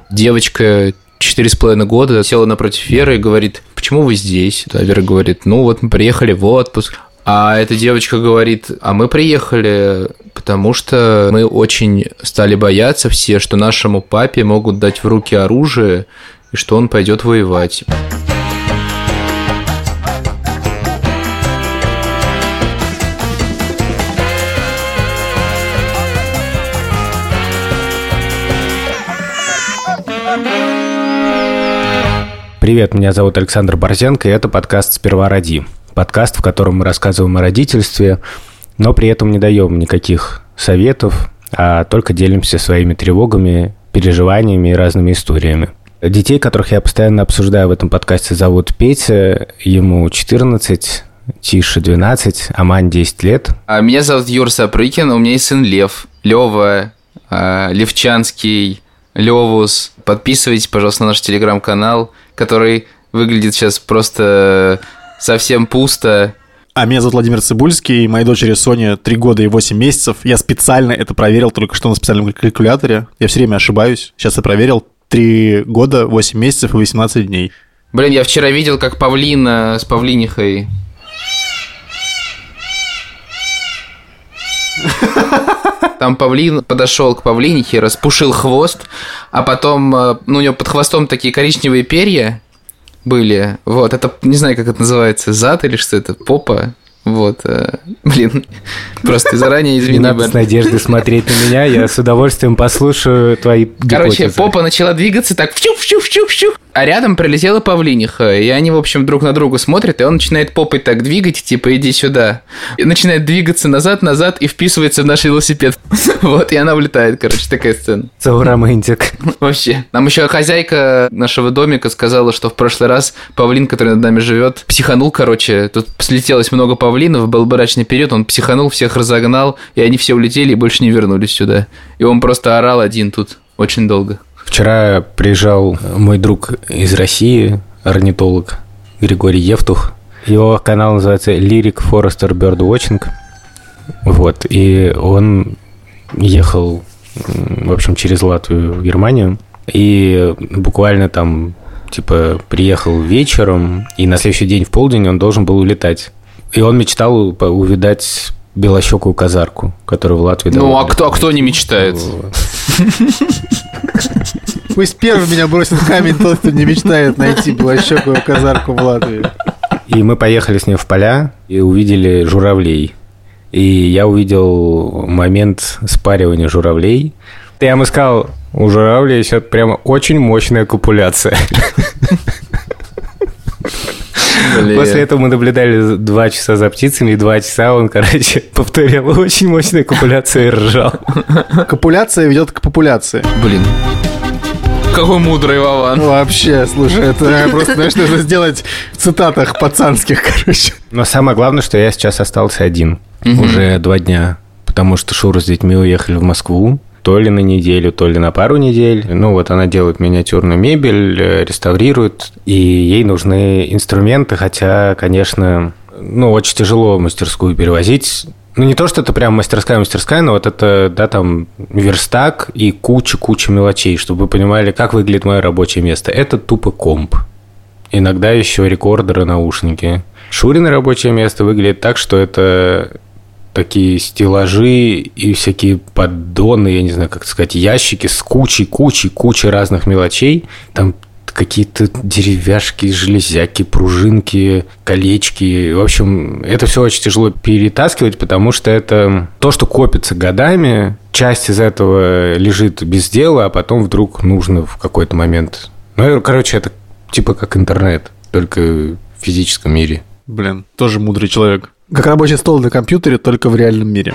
Девочка 4,5 года села напротив Веры и говорит: почему вы здесь? А Вера говорит: ну вот мы приехали в отпуск. А эта девочка говорит: а мы приехали, потому что мы очень стали бояться все, что нашему папе могут дать в руки оружие и что он пойдет воевать. Привет, меня зовут Александр Борзенко, и это подкаст «Сперва роди». Подкаст, в котором мы рассказываем о родительстве, но при этом не даем никаких советов, а только делимся своими тревогами, переживаниями и разными историями. Детей, которых я постоянно обсуждаю в этом подкасте, зовут Петя, ему 14, Тише 12, а Мань 10 лет. А меня зовут Юр Сапрыкин, у меня есть сын Лев, Лёва, Левчанский, Левус. Подписывайтесь, пожалуйста, на наш телеграм-канал, который выглядит сейчас просто совсем пусто. А меня зовут Владимир Цибульский, моей дочери Соне 3 года и 8 месяцев. Я специально это проверил только что на специальном калькуляторе. Я все время ошибаюсь. Сейчас я проверил. 3 года, 8 месяцев и 18 дней. Блин, я вчера видел, как павлин с павлинихой... Там павлин подошел к павлинихе, распушил хвост, а потом, у него под хвостом такие коричневые перья были. Вот, это, не знаю, как это называется, зад или что это, попа. Вот, блин, просто заранее извини. Не надо с надеждой смотреть на меня, я с удовольствием послушаю твои гипотезы. Короче, попа начала двигаться так, вчух-вчух-вчух-вчух, а рядом пролетела павлиниха, и они, в общем, друг на друга смотрят, и он начинает попой так двигать, типа, иди сюда, и начинает двигаться назад и вписывается в наш велосипед. Вот, и она улетает, короче, такая сцена. So romantic. Вообще. Нам еще хозяйка нашего домика сказала, что в прошлый раз павлин, который над нами живет, психанул, короче, тут слетелось много павлинов, был брачный период, он психанул, всех разогнал, и они все улетели и больше не вернулись сюда. И он просто орал один тут очень долго. Вчера приезжал мой друг из России, орнитолог Григорий Евтух. Его канал называется Lyric Forester Birdwatching. Вот, и он ехал, в общем, через Латвию в Германию. И буквально там, типа, приехал вечером, и на следующий день в полдень он должен был улетать. И он мечтал увидать белощекую казарку, которую в Латвии... Ну, а кто не мечтает? Пусть первый меня бросит камень тот, кто не мечтает найти белощекую казарку в Латвии. И мы поехали с ним в поля и увидели журавлей. И я увидел момент спаривания журавлей. Я ему сказал: у журавлей сейчас прямо очень мощная копуляция. После этого мы наблюдали 2 часа за птицами, и 2 часа он, короче, повторял очень мощную копуляцию и ржал. Копуляция ведет к популяции. Блин. Какой мудрый Вован. Вообще, слушай, это просто, знаешь, нужно сделать в цитатах пацанских, короче. Но самое главное, что я сейчас остался один. Уже 2 дня. Потому что Шура с детьми уехали в Москву. То ли на неделю, то ли на пару недель. Ну, вот она делает миниатюрную мебель, реставрирует, и ей нужны инструменты, хотя, конечно, очень тяжело мастерскую перевозить. Ну, не то, что это прям мастерская, но вот это, да, там, верстак и куча мелочей, чтобы вы понимали, как выглядит мое рабочее место. Это тупо комп. Иногда еще рекордеры, наушники. Шурино рабочее место выглядит так, что это... такие стеллажи и всякие поддоны, я не знаю, как сказать, ящики с кучей разных мелочей. Там какие-то деревяшки, железяки, пружинки, колечки. В общем, это все очень тяжело перетаскивать, потому что это то, что копится годами. Часть из этого лежит без дела, а потом вдруг нужно в какой-то момент. Ну, короче, это типа как интернет, только в физическом мире. Блин, тоже мудрый человек. Как рабочий стол на компьютере, только в реальном мире.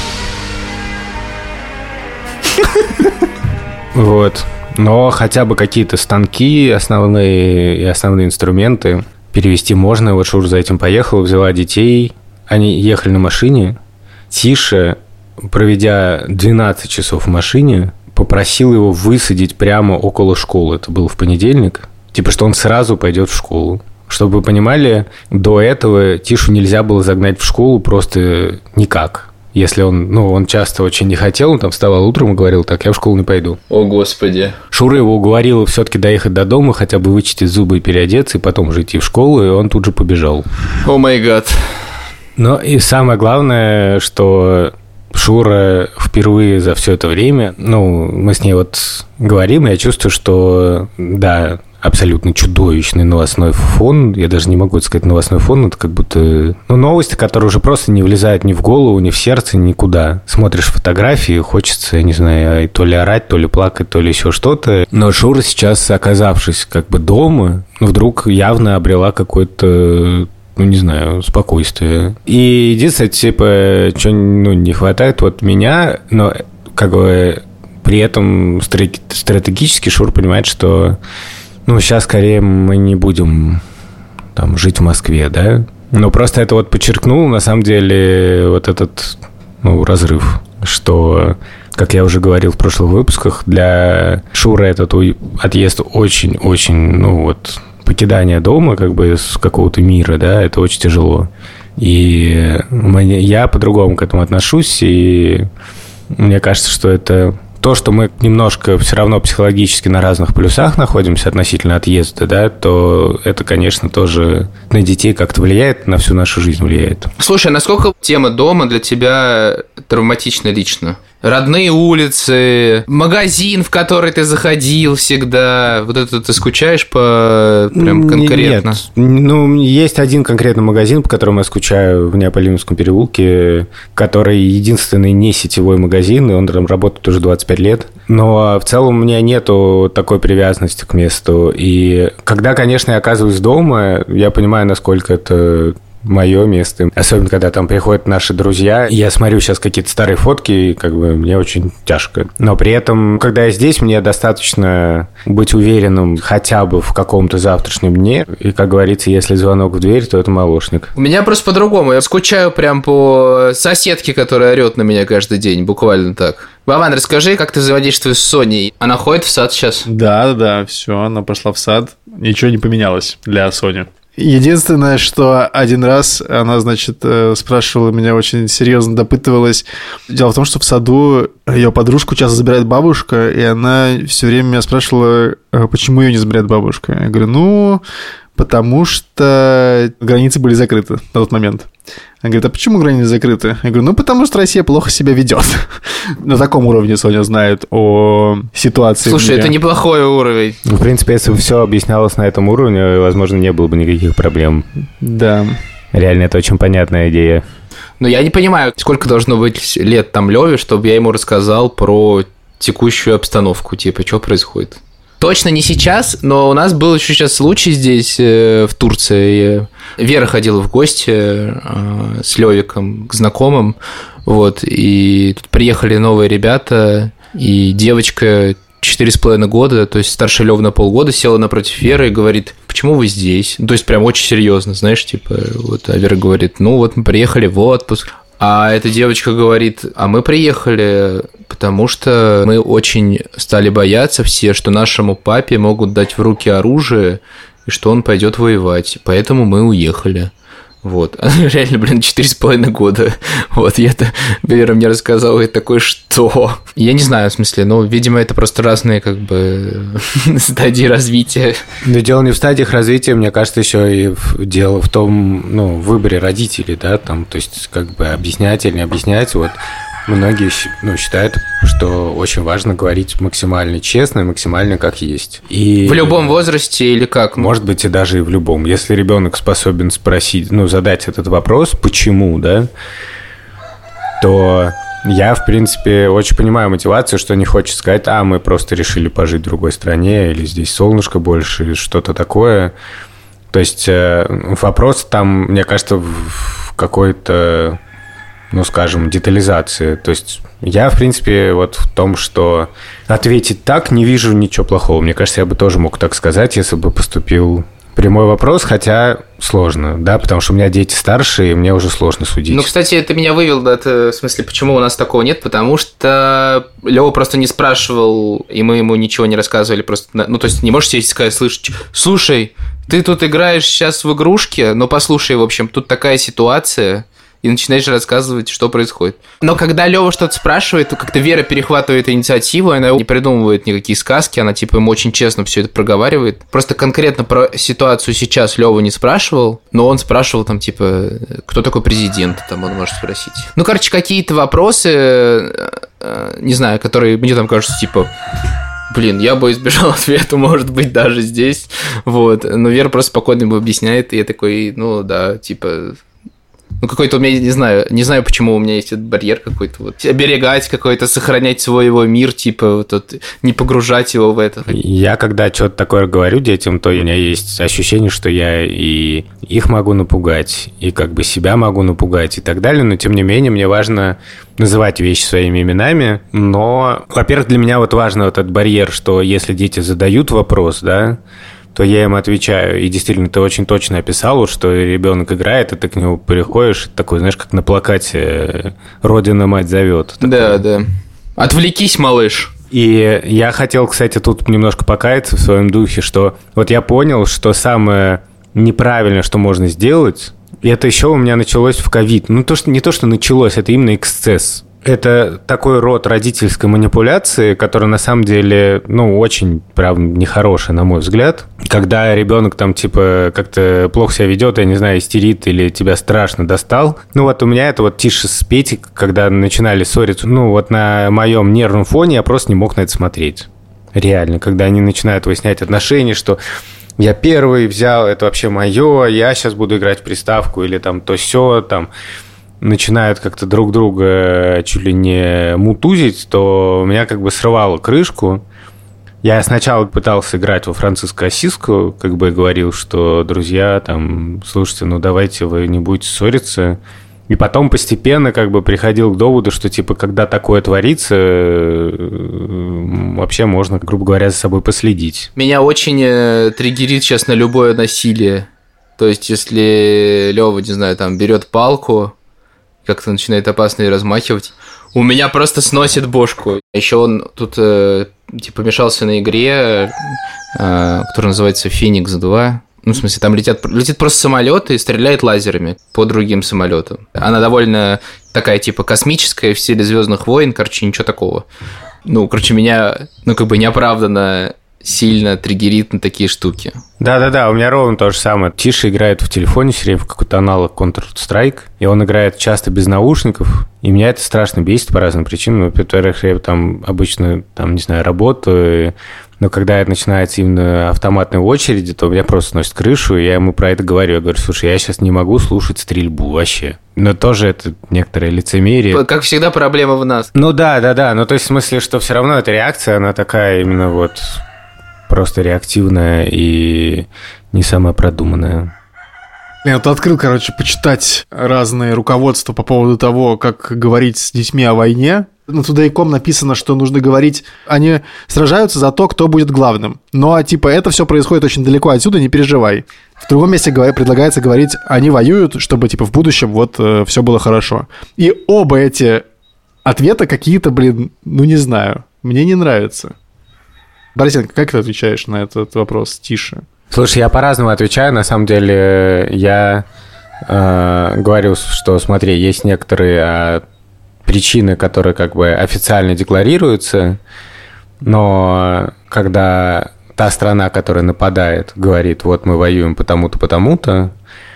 Вот. Но хотя бы какие-то станки основные и основные инструменты перевести можно. Вот Шур за этим поехала, взяла детей. Они ехали на машине. Тише, проведя 12 часов в машине, попросил его высадить прямо около школы. Это было в понедельник. Типа, что он сразу пойдет в школу. Чтобы вы понимали, до этого Тишу нельзя было загнать в школу просто никак. Если он часто очень не хотел, он там вставал утром и говорил: так, я в школу не пойду. О, Господи. Шура его уговорила все-таки доехать до дома, хотя бы вычистить зубы и переодеться, и потом уже идти в школу, и он тут же побежал. О май гад. Но и самое главное, что Шура впервые за все это время, мы с ней вот говорим, и я чувствую, что, да, абсолютно чудовищный новостной фон. Я даже не могу сказать новостной фон, это как будто... новости, которые уже просто не влезают ни в голову, ни в сердце, никуда. Смотришь фотографии, хочется, я не знаю, то ли орать, то ли плакать, то ли еще что-то. Но Шура сейчас, оказавшись как бы дома, вдруг явно обрела какой-то... не знаю, спокойствие. И единственное, что не хватает вот меня, но как бы при этом стратегически Шур понимает, что сейчас скорее мы не будем там жить в Москве, да? Но просто это вот подчеркнул, на самом деле, вот этот разрыв, что, как я уже говорил в прошлых выпусках, для Шуры этот отъезд очень-очень, покидание дома, как бы из какого-то мира, да, это очень тяжело. И я по-другому к этому отношусь, и мне кажется, что это то, что мы немножко все равно психологически на разных полюсах находимся относительно отъезда, да, то это, конечно, тоже на детей как-то влияет, на всю нашу жизнь влияет. Слушай, а насколько тема дома для тебя травматична лично? Родные улицы, магазин, в который ты заходил всегда. Вот это ты скучаешь по прям конкретно? Нет. Есть один конкретный магазин, по которому я скучаю в Неаполимовском переулке, который единственный не сетевой магазин, и он там работает уже 25 лет. Но в целом у меня нету такой привязанности к месту. И когда, конечно, я оказываюсь дома, я понимаю, насколько это... мое место. Особенно, когда там приходят наши друзья. Я смотрю сейчас какие-то старые фотки, и как бы мне очень тяжко. Но при этом, когда я здесь, мне достаточно быть уверенным хотя бы в каком-то завтрашнем дне. И, как говорится, если звонок в дверь, то это молочник. У меня просто по-другому. Я скучаю прям по соседке, которая орет на меня каждый день. Буквально так. Вован, расскажи, как ты взаимодействуешь с Соней? Она ходит в сад сейчас? Да, все, она пошла в сад. Ничего не поменялось для Сони. Единственное, что один раз она, спрашивала меня, очень серьезно допытывалась. Дело в том, что в саду ее подружку часто забирает бабушка, и она все время меня спрашивала, почему ее не забирает бабушка. Я говорю, потому что границы были закрыты на тот момент. Она говорит, а почему границы закрыты? Я говорю, потому что Россия плохо себя ведет. На таком уровне Соня знает о ситуации. Слушай, это неплохой уровень. В принципе, если бы все объяснялось на этом уровне, возможно, не было бы никаких проблем. Да. Реально, это очень понятная идея. Но я не понимаю, сколько должно быть лет там Лёве, чтобы я ему рассказал про текущую обстановку, что происходит. Точно не сейчас, но у нас был еще сейчас случай здесь, в Турции. Вера ходила в гости с Левиком к знакомым, и тут приехали новые ребята, и девочка 4,5 года, то есть старше Лёвы на полгода, села напротив Веры и говорит, почему вы здесь? То есть прям очень серьезно, знаешь, а Вера говорит, мы приехали в отпуск. А эта девочка говорит, а мы приехали, потому что мы очень стали бояться все, что нашему папе могут дать в руки оружие, и что он пойдет воевать. Поэтому мы уехали. Реально, 4,5 года. Вера мне рассказала, и такой, что? Я не знаю, в смысле, видимо, это просто разные, стадии развития. Но дело не в стадиях развития, мне кажется, еще и дело в том, выборе родителей, да, там, то есть, объяснять или не объяснять, Многие считают, что очень важно говорить максимально честно и максимально как есть. И в любом возрасте или как? Может быть, и даже и в любом. Если ребенок способен спросить, задать этот вопрос, почему, да, то я, в принципе, очень понимаю мотивацию, что не хочет сказать, мы просто решили пожить в другой стране, или здесь солнышко больше, или что-то такое. То есть вопрос там, мне кажется, в какой-то... детализации. То есть я, в принципе, в том, что ответить так, не вижу ничего плохого. Мне кажется, я бы тоже мог так сказать, если бы поступил прямой вопрос, хотя сложно, да, потому что у меня дети старшие, и мне уже сложно судить. Кстати, ты меня вывел, да, в смысле, почему у нас такого нет, потому что Лёва просто не спрашивал, и мы ему ничего не рассказывали, просто, то есть не можешь сесть и сказать, слушай, ты тут играешь сейчас в игрушки, но послушай, в общем, тут такая ситуация, и начинаешь рассказывать, что происходит. Но когда Лёва что-то спрашивает, то как-то Вера перехватывает инициативу, она не придумывает никакие сказки, она типа ему очень честно все это проговаривает. Просто конкретно про ситуацию сейчас Лёва не спрашивал, но он спрашивал там типа, кто такой президент, там он может спросить. Ну, короче, какие-то вопросы, не знаю, которые мне там кажутся типа... Блин, я бы избежал ответа, может быть, даже здесь. Вот. Но Вера просто спокойно ему объясняет, и я такой, ну да, типа... Ну, какой-то у меня, не знаю, почему у меня есть этот барьер какой-то, вот, оберегать какой-то, сохранять свой его мир, типа, вот, не погружать его в это. Я, когда что-то такое говорю детям, то у меня есть ощущение, что я и их могу напугать, и как бы себя могу напугать и так далее, но, тем не менее, мне важно называть вещи своими именами, но, во-первых, для меня вот важно вот этот барьер, что если дети задают вопрос, да, то я им отвечаю. И действительно, ты очень точно описал, что ребенок играет, и ты к нему приходишь, такой, знаешь, как на плакате «Родина мать зовет». Да, да. Отвлекись, малыш. И я хотел, кстати, тут немножко покаяться в своем духе, что вот я понял, что самое неправильное, что можно сделать, и это еще у меня началось в ковид. Ну, не то, что началось, это именно эксцесс. Это такой род родительской манипуляции, который на самом деле, ну, очень, правда, нехороший, на мой взгляд. Когда ребенок там, типа, как-то плохо себя ведет, я не знаю, истерит или тебя страшно достал. Ну, вот у меня это вот Тиша с Петей, когда начинали ссориться, ну, вот на моем нервном фоне я просто не мог на это смотреть. Реально, когда они начинают выяснять отношения, что я первый взял, это вообще мое, я сейчас буду играть в приставку или там то-сё, там... начинают как-то друг друга чуть ли не мутузить, то у меня как бы срывало крышку. Я сначала пытался играть во Франциско Ассизского, как бы говорил, что, друзья, там, слушайте, ну давайте вы не будете ссориться. И потом постепенно как бы приходил к доводу, что типа когда такое творится, вообще можно, грубо говоря, за собой последить. Меня очень триггерит сейчас на любое насилие. То есть если Лёва, не знаю, там берет палку, как-то начинает опасно и размахивать, у меня просто сносит бошку. Еще он тут типа мешался на игре, которая называется «Феникс 2». Ну, в смысле, там летит просто самолет и стреляет лазерами по другим самолетам. Она довольно такая, типа, космическая, в стиле «Звездных войн», короче, ничего такого. Ну, короче, меня, ну, как бы неоправданно сильно триггерит на такие штуки. Да-да-да, у меня ровно то же самое. Тиша играет в телефоне все время в какой-то аналог Counter-Strike, и он играет часто без наушников, и меня это страшно бесит по разным причинам. Во-первых, я там обычно, там, не знаю, работаю, но когда это начинается именно автоматной очереди, то меня просто сносит крышу, и я ему про это говорю. Я говорю, слушай, я сейчас не могу слушать стрельбу вообще. Но тоже это некоторое лицемерие. Как всегда, проблема в нас. Ну да. Ну, то есть в смысле, что все равно эта реакция, она такая именно вот просто реактивная и не самая продуманная. Я вот открыл, почитать разные руководства по поводу того, как говорить с детьми о войне. На Today.com написано, что нужно говорить, они сражаются за то, кто будет главным. Но, типа, это все происходит очень далеко отсюда, не переживай. В другом месте предлагается говорить, они воюют, чтобы, типа, в будущем вот все было хорошо. И оба эти ответа какие-то, ну не знаю, мне не нравятся. Борисенко, как ты отвечаешь на этот вопрос, Тише? Слушай, я по-разному отвечаю. На самом деле, я говорю, что, смотри, есть некоторые причины, которые как бы официально декларируются, но когда та страна, которая нападает, говорит, вот мы воюем потому-то, потому-то,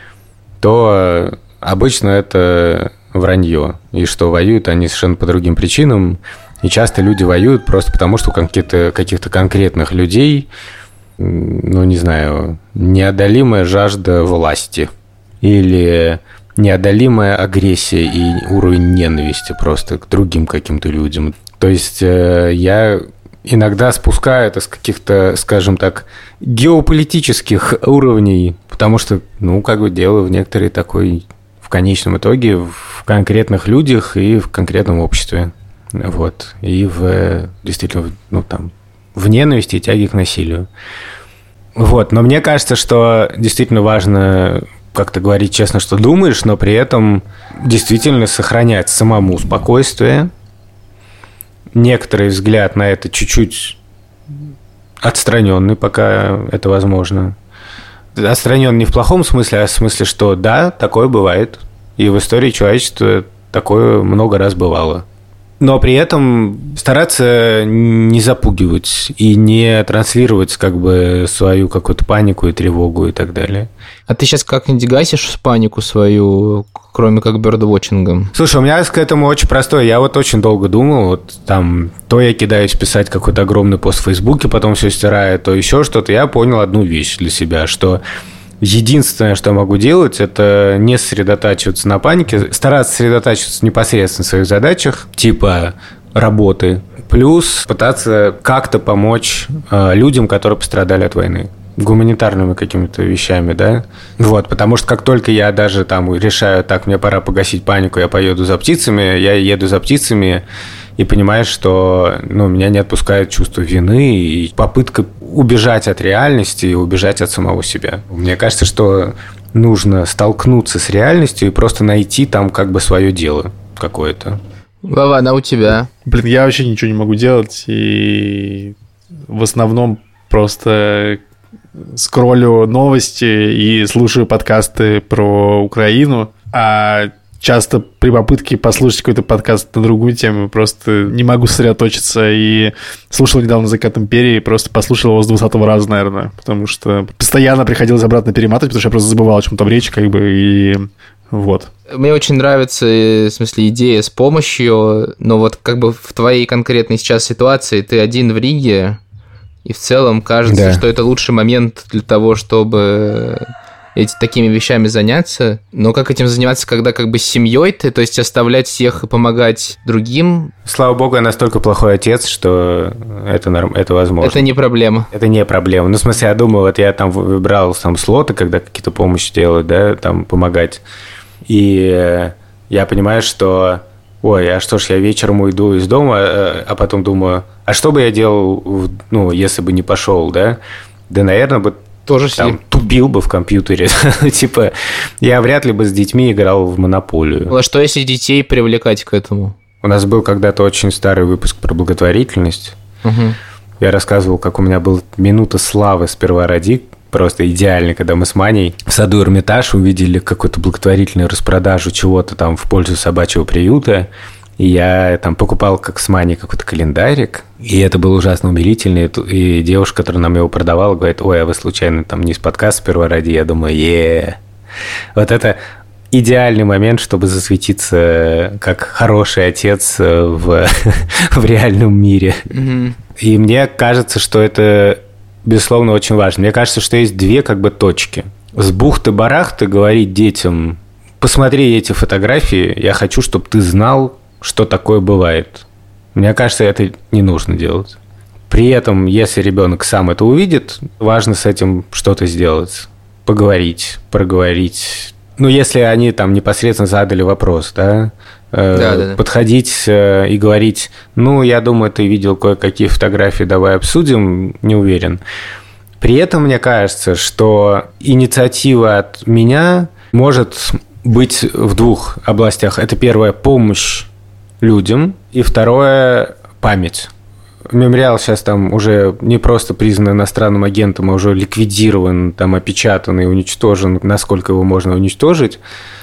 то обычно это вранье, и что воюют они совершенно по другим причинам, и часто люди воюют просто потому, что у каких-то конкретных людей, ну, не знаю, неодолимая жажда власти или неодолимая агрессия и уровень ненависти просто к другим каким-то людям. То есть я иногда спускаю это с каких-то, скажем так, геополитических уровней, потому что, ну, как бы дело в некоторой такой, в конечном итоге, в конкретных людях и в конкретном обществе. Вот. И действительно, ну, там, в ненависти и тяге к насилию. Вот. Но мне кажется, что действительно важно как-то говорить честно, что думаешь, но при этом действительно сохранять самому спокойствие, некоторый взгляд на это чуть-чуть отстраненный, пока это возможно. Отстранен не в плохом смысле, а в смысле, что да, такое бывает. и в истории человечества такое много раз бывало. Но при этом стараться не запугивать и не транслировать как бы свою какую-то панику и тревогу и так далее. А ты сейчас как-нибудь гасишь панику свою, кроме как бёрдвотчингом? Слушай, у меня к этому очень простое. Я вот очень долго думал, вот там, то я кидаюсь писать какой-то огромный пост в Фейсбуке, потом все стираю, то еще что-то. Я понял одну вещь для себя, что единственное, что я могу делать, это не сосредотачиваться на панике, стараться сосредотачиваться непосредственно в своих задачах, типа работы, плюс пытаться как-то помочь людям, которые пострадали от войны. Гуманитарными какими-то вещами, да? Вот, потому что как только я даже там решаю, так, мне пора погасить панику, я поеду за птицами, я еду за птицами и понимаешь, что меня не отпускает чувство вины и попытка убежать от реальности и убежать от самого себя. Мне кажется, что нужно столкнуться с реальностью и просто найти там как бы свое дело какое-то. Вова, а у тебя? Блин, я вообще ничего не могу делать, и в основном просто скроллю новости и слушаю подкасты про Украину, а часто при попытке послушать какой-то подкаст на другую тему просто не могу сосредоточиться. И слушал недавно «Закат империи», просто послушал его с 20-го раза, наверное, потому что постоянно приходилось обратно перематывать, потому что я просто забывал, о чем там речь, как бы, и вот. Мне очень нравится, в смысле, идея с помощью, но вот как бы в твоей конкретной сейчас ситуации ты один в Риге, и в целом кажется, что это лучший момент для того, чтобы такими вещами заняться. Но как этим заниматься, когда как бы с семьей ты, то есть оставлять всех и помогать другим? Слава богу, я настолько плохой отец, что это возможно. Это не проблема. Это не проблема. Ну, в смысле, я думаю, вот я там выбрал сам слоты, когда какие-то помощи делают, да, там помогать. И я понимаю, что ой, а что ж, я вечером уйду из дома, а потом думаю, а что бы я делал, если бы не пошел, да? Да, наверное, бы тоже там тупил бы в компьютере. Типа, я вряд ли бы с детьми играл в монополию. А что, если детей привлекать к этому? У нас был когда-то очень старый выпуск про благотворительность. Угу. Я рассказывал, как у меня была минута славы сперва ради, просто идеально, когда мы с Маней в саду Эрмитаж увидели какую-то благотворительную распродажу чего-то там в пользу собачьего приюта. И я там покупал как с Маней какой-то календарик. И это было ужасно умилительно. И девушка, которая нам его продавала, говорит, ой, а вы случайно там не из подкаста «Сперва ради»? Я думаю, Вот это идеальный момент, чтобы засветиться как хороший отец в реальном мире. Mm-hmm. И мне кажется, что это, безусловно, очень важно. Мне кажется, что есть две как бы точки. С бухты-барахты говорить детям, посмотри эти фотографии, я хочу, чтобы ты знал, что такое бывает. Мне кажется, это не нужно делать. При этом, если ребенок сам это увидит, важно с этим что-то сделать. Поговорить, проговорить. Если они там непосредственно задали вопрос, да, подходить и говорить, я думаю, ты видел кое-какие фотографии, давай обсудим, не уверен. При этом мне кажется, что инициатива от меня может быть в двух областях. Это первое – помощь людям, и второе – память. Мемориал сейчас там уже не просто признан иностранным агентом, а уже ликвидирован, там опечатан и уничтожен, насколько его можно уничтожить.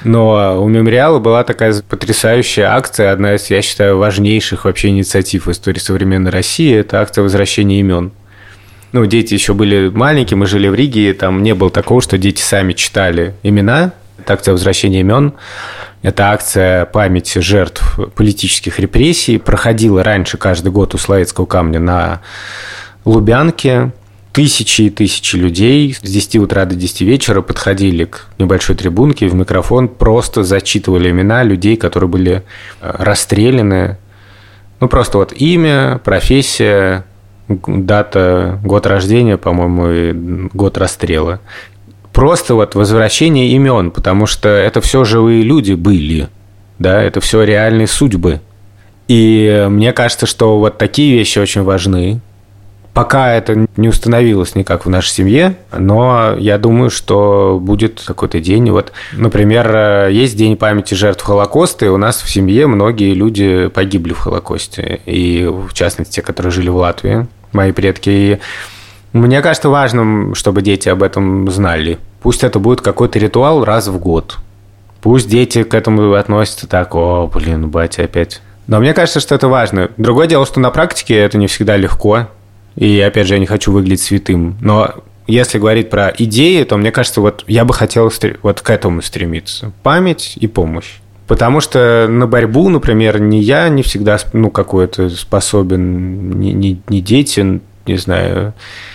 Но у мемориала была такая потрясающая акция, одна из, я считаю, важнейших вообще инициатив в истории современной России – это акция возвращения имен. Дети еще были маленькие, мы жили в Риге, и там не было такого, что дети сами читали имена. Это акция возвращения имен. Это акция памяти жертв политических репрессий. Проходила раньше каждый год у Словецкого камня на Лубянке. Тысячи и тысячи людей с 10 утра до 10 вечера подходили к небольшой трибунке, в микрофон просто зачитывали имена людей, которые были расстреляны. Просто вот имя, профессия, дата, год рождения, по-моему, и год расстрела. Просто вот возвращение имен, потому что это все живые люди были, да, это все реальные судьбы. И мне кажется, что вот такие вещи очень важны. Пока это не установилось никак в нашей семье, но я думаю, что будет какой-то день. Вот, например, есть День памяти жертв Холокоста, и у нас в семье многие люди погибли в Холокосте, и в частности те, которые жили в Латвии, мои предки. И мне кажется важным, чтобы дети об этом знали. Пусть это будет какой-то ритуал раз в год. Пусть дети к этому относятся так: о, блин, батя опять. Но мне кажется, что это важно. Другое дело, что на практике это не всегда легко. И, опять же, я не хочу выглядеть святым. Но если говорить про идеи, то, мне кажется, вот я бы хотел вот к этому стремиться. Память и помощь. Потому что на борьбу, например, я не всегда какой-то способен, не дети, не знаю.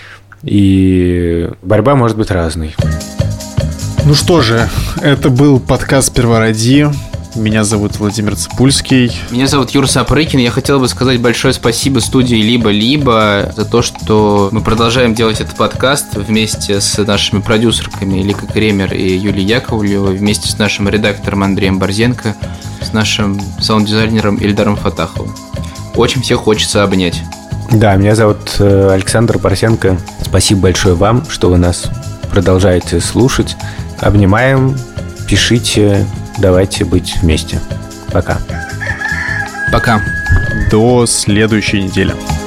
И борьба может быть разной. Ну что же, это был подкаст «Первороди». Меня зовут Владимир Ципульский. Меня зовут Юра Сапрыкин. Я хотел бы сказать большое спасибо студии «Либо-либо» за то, что мы продолжаем делать этот подкаст вместе с нашими продюсерками Лика Кремер и Юлией Яковлевой, вместе с нашим редактором Андреем Борзенко, с нашим саунд-дизайнером Ильдаром Фатаховым. Очень всех хочется обнять. Да, меня зовут Александр Борзенко. Спасибо большое вам, что вы нас продолжаете слушать. Обнимаем, пишите, давайте быть вместе. Пока. Пока. До следующей недели.